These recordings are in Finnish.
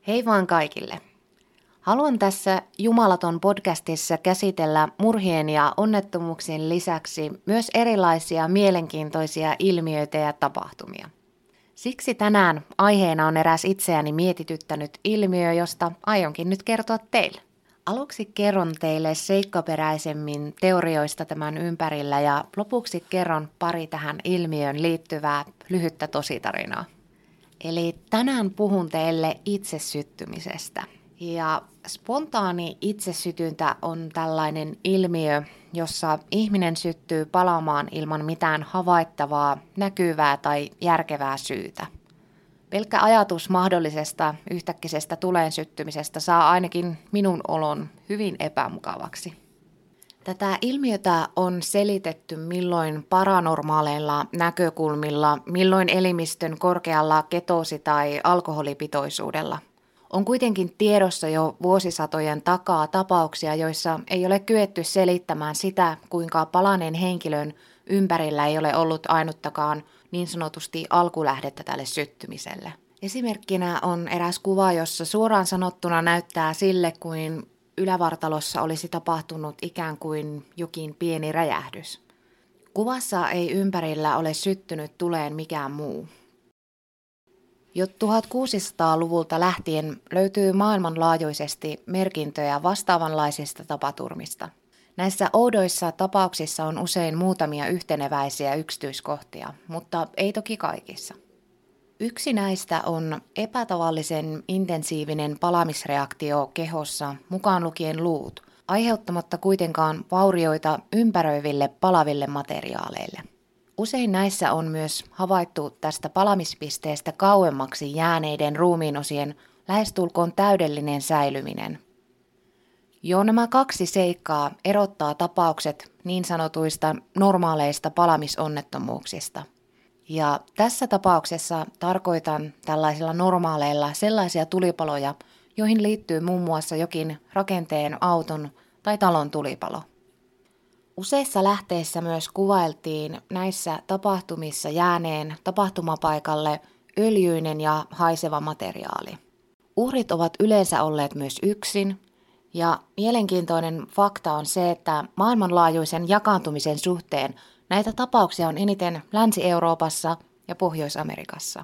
Hei vaan kaikille! Haluan tässä Jumalaton podcastissa käsitellä murhien ja onnettomuuksien lisäksi myös erilaisia mielenkiintoisia ilmiöitä ja tapahtumia. Siksi tänään aiheena on eräs itseäni mietityttänyt ilmiö, josta aionkin nyt kertoa teille. Aluksi kerron teille seikkaperäisemmin teorioista tämän ympärillä ja lopuksi kerron pari tähän ilmiöön liittyvää lyhyttä tositarinaa. Eli tänään puhun teille itsesyttymisestä. Ja spontaani itsesytyntä on tällainen ilmiö, jossa ihminen syttyy palaamaan ilman mitään havaittavaa, näkyvää tai järkevää syytä. Pelkkä ajatus mahdollisesta yhtäkkisestä tuleen syttymisestä saa ainakin minun olon hyvin epämukavaksi. Tätä ilmiötä on selitetty milloin paranormaaleilla näkökulmilla, milloin elimistön korkealla ketoosi- tai alkoholipitoisuudella. On kuitenkin tiedossa jo vuosisatojen takaa tapauksia, joissa ei ole kyetty selittämään sitä, kuinka palaneen henkilön ympärillä ei ole ollut ainuttakaan niin sanotusti alkulähdettä tälle syttymiselle. Esimerkkinä on eräs kuva, jossa suoraan sanottuna näyttää sille, kuin ylävartalossa olisi tapahtunut ikään kuin jokin pieni räjähdys. Kuvassa ei ympärillä ole syttynyt tuleen mikään muu. Jo 1600-luvulta lähtien löytyy maailmanlaajuisesti merkintöjä vastaavanlaisista tapaturmista. Näissä oudoissa tapauksissa on usein muutamia yhteneväisiä yksityiskohtia, mutta ei toki kaikissa. Yksi näistä on epätavallisen intensiivinen palamisreaktio kehossa, mukaan lukien luut, aiheuttamatta kuitenkaan vaurioita ympäröiville palaville materiaaleille. Usein näissä on myös havaittu tästä palamispisteestä kauemmaksi jääneiden ruumiinosien lähestulkoon täydellinen säilyminen. Jo nämä kaksi seikkaa erottaa tapaukset niin sanotuista normaaleista palamisonnettomuuksista. Ja tässä tapauksessa tarkoitan tällaisilla normaaleilla sellaisia tulipaloja, joihin liittyy muun muassa jokin rakenteen, auton tai talon tulipalo. Useissa lähteissä myös kuvailtiin näissä tapahtumissa jääneen tapahtumapaikalle öljyinen ja haiseva materiaali. Uhrit ovat yleensä olleet myös yksin, ja mielenkiintoinen fakta on se, että maailmanlaajuisen jakaantumisen suhteen näitä tapauksia on eniten Länsi-Euroopassa ja Pohjois-Amerikassa.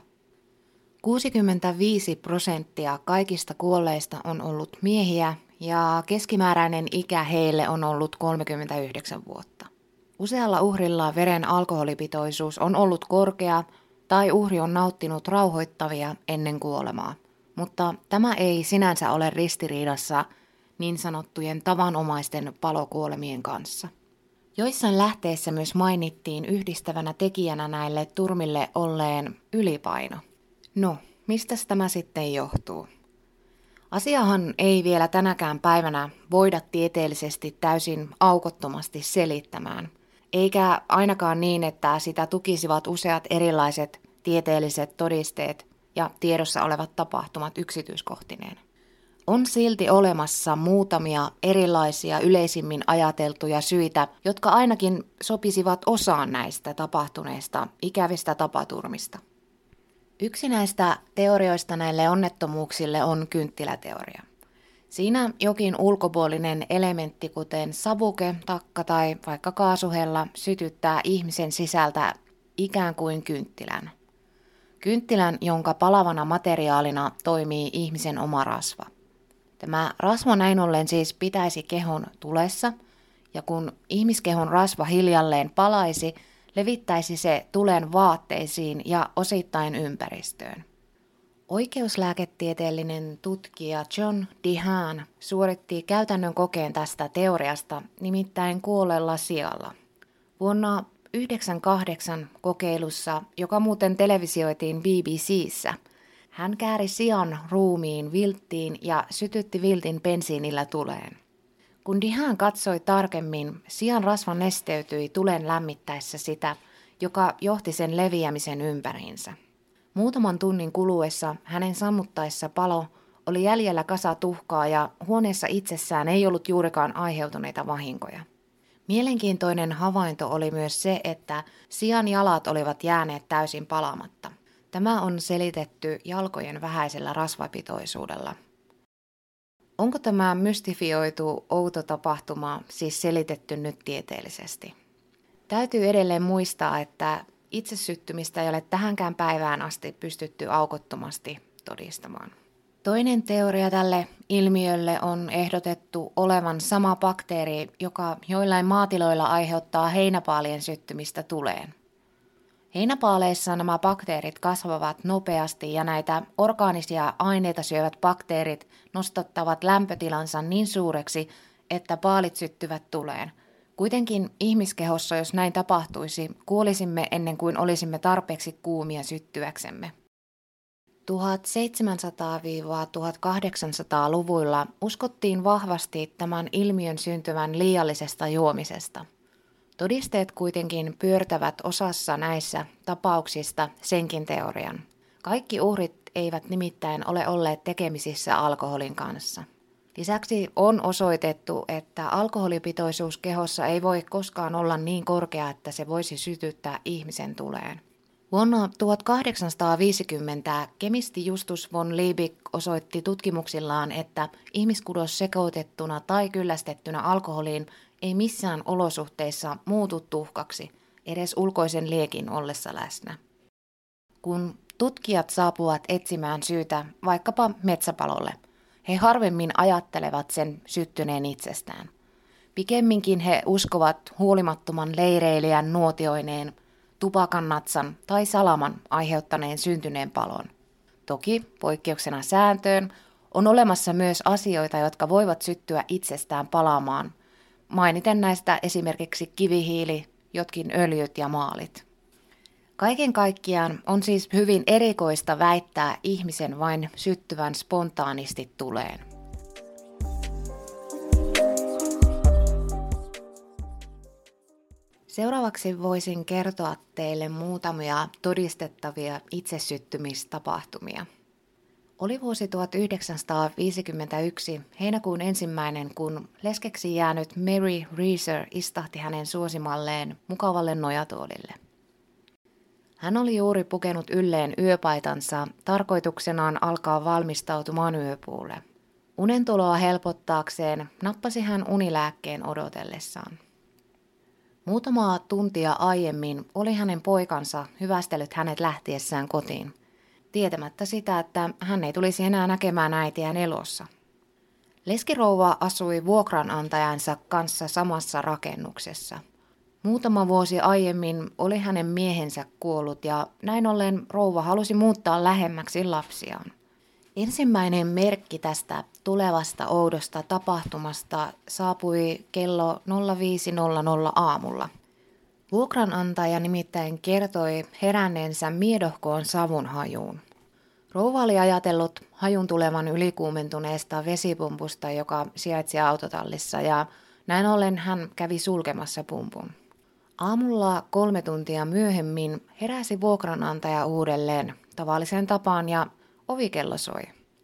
65% kaikista kuolleista on ollut miehiä ja keskimääräinen ikä heille on ollut 39 vuotta. Usealla uhrilla veren alkoholipitoisuus on ollut korkea tai uhri on nauttinut rauhoittavia ennen kuolemaa, mutta tämä ei sinänsä ole ristiriidassa niin sanottujen tavanomaisten palokuolemien kanssa. Joissain lähteissä myös mainittiin yhdistävänä tekijänä näille turmille olleen ylipaino. No, mistäs tämä sitten johtuu? Asiahan ei vielä tänäkään päivänä voida tieteellisesti täysin aukottomasti selittämään, eikä ainakaan niin, että sitä tukisivat useat erilaiset tieteelliset todisteet ja tiedossa olevat tapahtumat yksityiskohtineen. On silti olemassa muutamia erilaisia yleisimmin ajateltuja syitä, jotka ainakin sopisivat osaan näistä tapahtuneista ikävistä tapaturmista. Yksi näistä teorioista näille onnettomuuksille on kynttiläteoria. Siinä jokin ulkopuolinen elementti, kuten savuke, takka tai vaikka kaasuhella, sytyttää ihmisen sisältä ikään kuin kynttilän. Kynttilän, jonka palavana materiaalina toimii ihmisen oma rasva. Tämä rasva näin ollen siis pitäisi kehon tulessa, ja kun ihmiskehon rasva hiljalleen palaisi, levittäisi se tulen vaatteisiin ja osittain ympäristöön. Oikeuslääketieteellinen tutkija John Dehan suoritti käytännön kokeen tästä teoriasta, nimittäin kuolleella sialla. Vuonna 1998 kokeilussa, joka muuten televisioitiin BBC:ssä, hän kääri sian ruumiin vilttiin ja sytytti viltin bensiinillä tuleen. Kun Dehan katsoi tarkemmin, sian rasva nesteytyi tulen lämmittäessä sitä, joka johti sen leviämisen ympäriinsä. Muutaman tunnin kuluessa hänen sammuttaessa palo oli jäljellä kasa tuhkaa ja huoneessa itsessään ei ollut juurikaan aiheutuneita vahinkoja. Mielenkiintoinen havainto oli myös se, että sian jalat olivat jääneet täysin palamatta. Tämä on selitetty jalkojen vähäisellä rasvapitoisuudella. Onko tämä mystifioitu outo tapahtuma siis selitetty nyt tieteellisesti? Täytyy edelleen muistaa, että itsesyttymistä ei ole tähänkään päivään asti pystytty aukottomasti todistamaan. Toinen teoria tälle ilmiölle on ehdotettu olevan sama bakteeri, joka joillain maatiloilla aiheuttaa heinäpaalien syttymistä tuleen. Heinäpaaleissa nämä bakteerit kasvavat nopeasti ja näitä orgaanisia aineita syövät bakteerit nostattavat lämpötilansa niin suureksi, että paalit syttyvät tuleen. Kuitenkin ihmiskehossa, jos näin tapahtuisi, kuolisimme ennen kuin olisimme tarpeeksi kuumia syttyäksemme. 1700-1800-luvuilla uskottiin vahvasti tämän ilmiön syntyvän liiallisesta juomisesta. Todisteet kuitenkin pyörtävät osassa näissä tapauksista senkin teorian. Kaikki uhrit eivät nimittäin ole olleet tekemisissä alkoholin kanssa. Lisäksi on osoitettu, että alkoholipitoisuus kehossa ei voi koskaan olla niin korkea, että se voisi sytyttää ihmisen tuleen. Vuonna 1850 kemisti Justus von Liebig osoitti tutkimuksillaan, että ihmiskudos sekoitettuna tai kyllästettynä alkoholiin ei missään olosuhteissa muutu tuhkaksi, edes ulkoisen liekin ollessa läsnä. Kun tutkijat saapuvat etsimään syytä vaikkapa metsäpalolle, he harvemmin ajattelevat sen syttyneen itsestään. Pikemminkin he uskovat huolimattoman leireilijän nuotioineen, tupakannatsan tai salaman aiheuttaneen syntyneen palon. Toki poikkeuksena sääntöön on olemassa myös asioita, jotka voivat syttyä itsestään palaamaan. Mainiten näistä esimerkiksi kivihiili, jotkin öljyt ja maalit. Kaiken kaikkiaan on siis hyvin erikoista väittää ihmisen vain syttyvän spontaanisti tuleen. Seuraavaksi voisin kertoa teille muutamia todistettavia itsesyttymistapahtumia. Oli vuosi 1951, heinäkuun 1, kun leskeksi jäänyt Mary Reeser istahti hänen suosimalleen mukavalle nojatuolille. Hän oli juuri pukenut ylleen yöpaitansa tarkoituksenaan alkaa valmistautumaan yöpuulle. Unentuloa helpottaakseen nappasi hän unilääkkeen odotellessaan. Muutamaa tuntia aiemmin oli hänen poikansa hyvästellyt hänet lähtiessään kotiin, tietämättä sitä, että hän ei tulisi enää näkemään äitiään elossa. Leskirouva asui vuokranantajansa kanssa samassa rakennuksessa. Muutama vuosi aiemmin oli hänen miehensä kuollut ja näin ollen rouva halusi muuttaa lähemmäksi lapsiaan. Ensimmäinen merkki tästä tulevasta oudosta tapahtumasta saapui kello 05.00 aamulla. Vuokranantaja nimittäin kertoi heränneensä miedohkoon savunhajuun. Rouva oli ajatellut hajun tulevan ylikuumentuneesta vesipumpusta, joka sijaitsi autotallissa, ja näin ollen hän kävi sulkemassa pumpun. Aamulla 3 tuntia myöhemmin heräsi vuokranantaja uudelleen tavalliseen tapaan ja ovikello soi.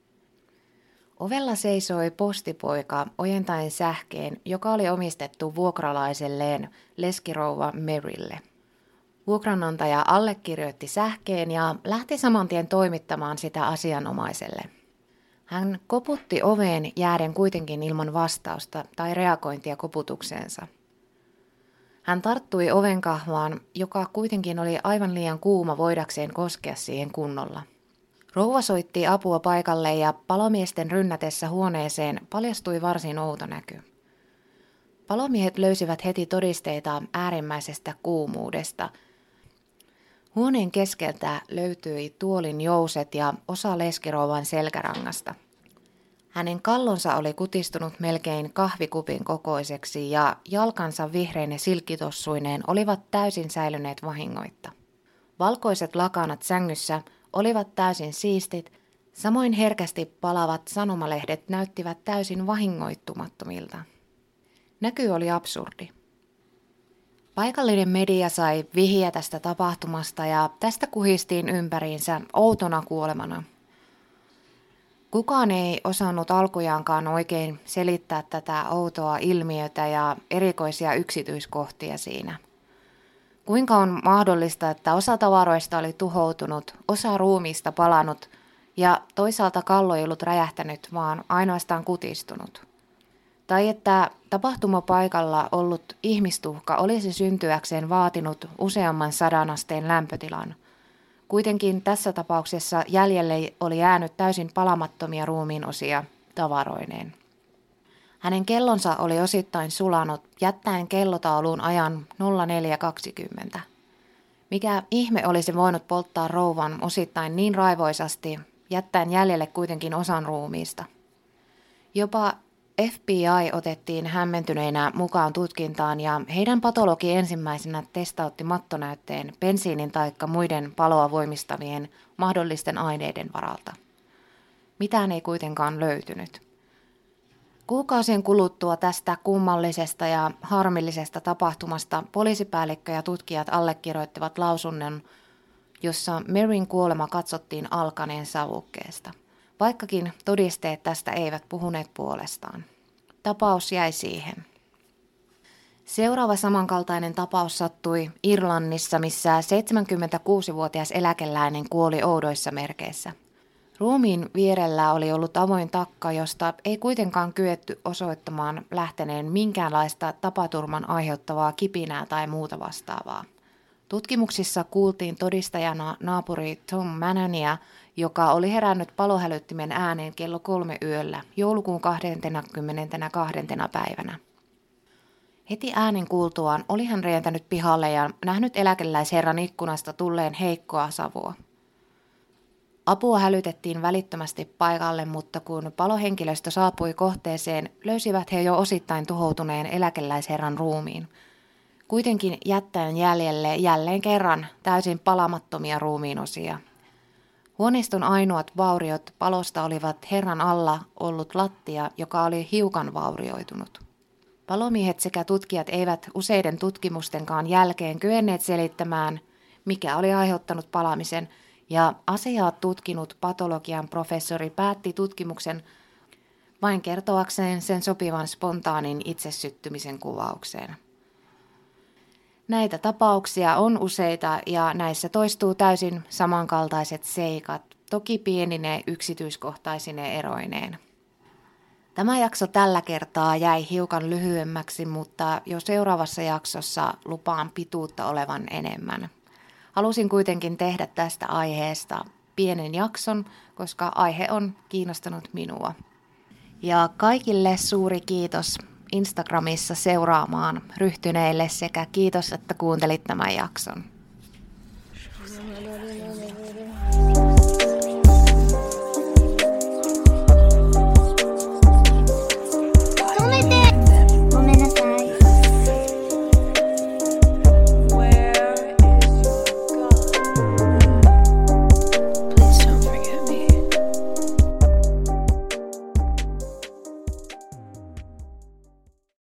Ovella seisoi postipoika ojentaen sähkeen, joka oli omistettu vuokralaiselleen leskirouva Marylle. Vuokranantaja allekirjoitti sähkeen ja lähti saman tien toimittamaan sitä asianomaiselle. Hän koputti oveen jääden kuitenkin ilman vastausta tai reagointia koputukseensa. Hän tarttui ovenkahvaan, joka kuitenkin oli aivan liian kuuma voidakseen koskea siihen kunnolla. Rouva soitti apua paikalle ja palomiesten rynnätessä huoneeseen paljastui varsin outo näky. Palomiehet löysivät heti todisteita äärimmäisestä kuumuudesta. Huoneen keskeltä löytyi tuolin jouset ja osa leskirouvan selkärangasta. Hänen kallonsa oli kutistunut melkein kahvikupin kokoiseksi ja jalkansa vihreine silkkitossuineen olivat täysin säilyneet vahingoitta. Valkoiset lakanat sängyssä olivat täysin siistit, samoin herkästi palavat sanomalehdet näyttivät täysin vahingoittumattomilta. Näky oli absurdi. Paikallinen media sai vihiä tästä tapahtumasta ja tästä kuhistiin ympäriinsä outona kuolemana. Kukaan ei osannut alkujaankaan oikein selittää tätä outoa ilmiötä ja erikoisia yksityiskohtia siinä. Kuinka on mahdollista, että osa tavaroista oli tuhoutunut, osa ruumiista palanut ja toisaalta kallo ei ollut räjähtänyt, vaan ainoastaan kutistunut? Tai että tapahtumapaikalla ollut ihmistuhka olisi syntyäkseen vaatinut useamman 100 asteen lämpötilan. Kuitenkin tässä tapauksessa jäljelle oli jäänyt täysin palamattomia ruumiinosia tavaroineen. Hänen kellonsa oli osittain sulanut, jättäen kellotauluun ajan 04.20. Mikä ihme olisi voinut polttaa rouvan osittain niin raivoisasti, jättäen jäljelle kuitenkin osan ruumiista? Jopa FBI otettiin hämmentyneinä mukaan tutkintaan ja heidän patologi ensimmäisenä testautti mattonäytteen bensiinin taikka muiden paloa voimistavien mahdollisten aineiden varalta. Mitään ei kuitenkaan löytynyt. Kuukausien kuluttua tästä kummallisesta ja harmillisesta tapahtumasta poliisipäällikkö ja tutkijat allekirjoittivat lausunnon, jossa Maryn kuolema katsottiin alkaneen savukkeesta, vaikkakin todisteet tästä eivät puhuneet puolestaan. Tapaus jäi siihen. Seuraava samankaltainen tapaus sattui Irlannissa, missä 76-vuotias eläkeläinen kuoli oudoissa merkeissä. Ruumiin vierellä oli ollut avoin takka, josta ei kuitenkaan kyetty osoittamaan lähteneen minkäänlaista tapaturman aiheuttavaa kipinää tai muuta vastaavaa. Tutkimuksissa kuultiin todistajana naapuri Tom Manania, joka oli herännyt palohälyttimen ääneen kello 3 yöllä joulukuun 22. päivänä. Heti äänen kuultuaan oli hän rientänyt pihalle ja nähnyt eläkeläisherran ikkunasta tulleen heikkoa savua. Apua hälytettiin välittömästi paikalle, mutta kun palohenkilöstö saapui kohteeseen, löysivät he jo osittain tuhoutuneen eläkeläisherran ruumiin. Kuitenkin jättäen jäljelle jälleen kerran täysin palamattomia ruumiinosia. Huoneiston ainoat vauriot palosta olivat herran alla ollut lattia, joka oli hiukan vaurioitunut. Palomiehet sekä tutkijat eivät useiden tutkimustenkaan jälkeen kyenneet selittämään, mikä oli aiheuttanut palamisen, ja asiaa tutkinut patologian professori päätti tutkimuksen vain kertoakseen sen sopivan spontaanin itsesyttymisen kuvaukseen. Näitä tapauksia on useita ja näissä toistuu täysin samankaltaiset seikat, toki pienine yksityiskohtaisine eroineen. Tämä jakso tällä kertaa jäi hiukan lyhyemmäksi, mutta jo seuraavassa jaksossa lupaan pituutta olevan enemmän. Halusin kuitenkin tehdä tästä aiheesta pienen jakson, koska aihe on kiinnostanut minua. Ja kaikille suuri kiitos Instagramissa seuraamaan ryhtyneille sekä kiitos, että kuuntelit tämän jakson.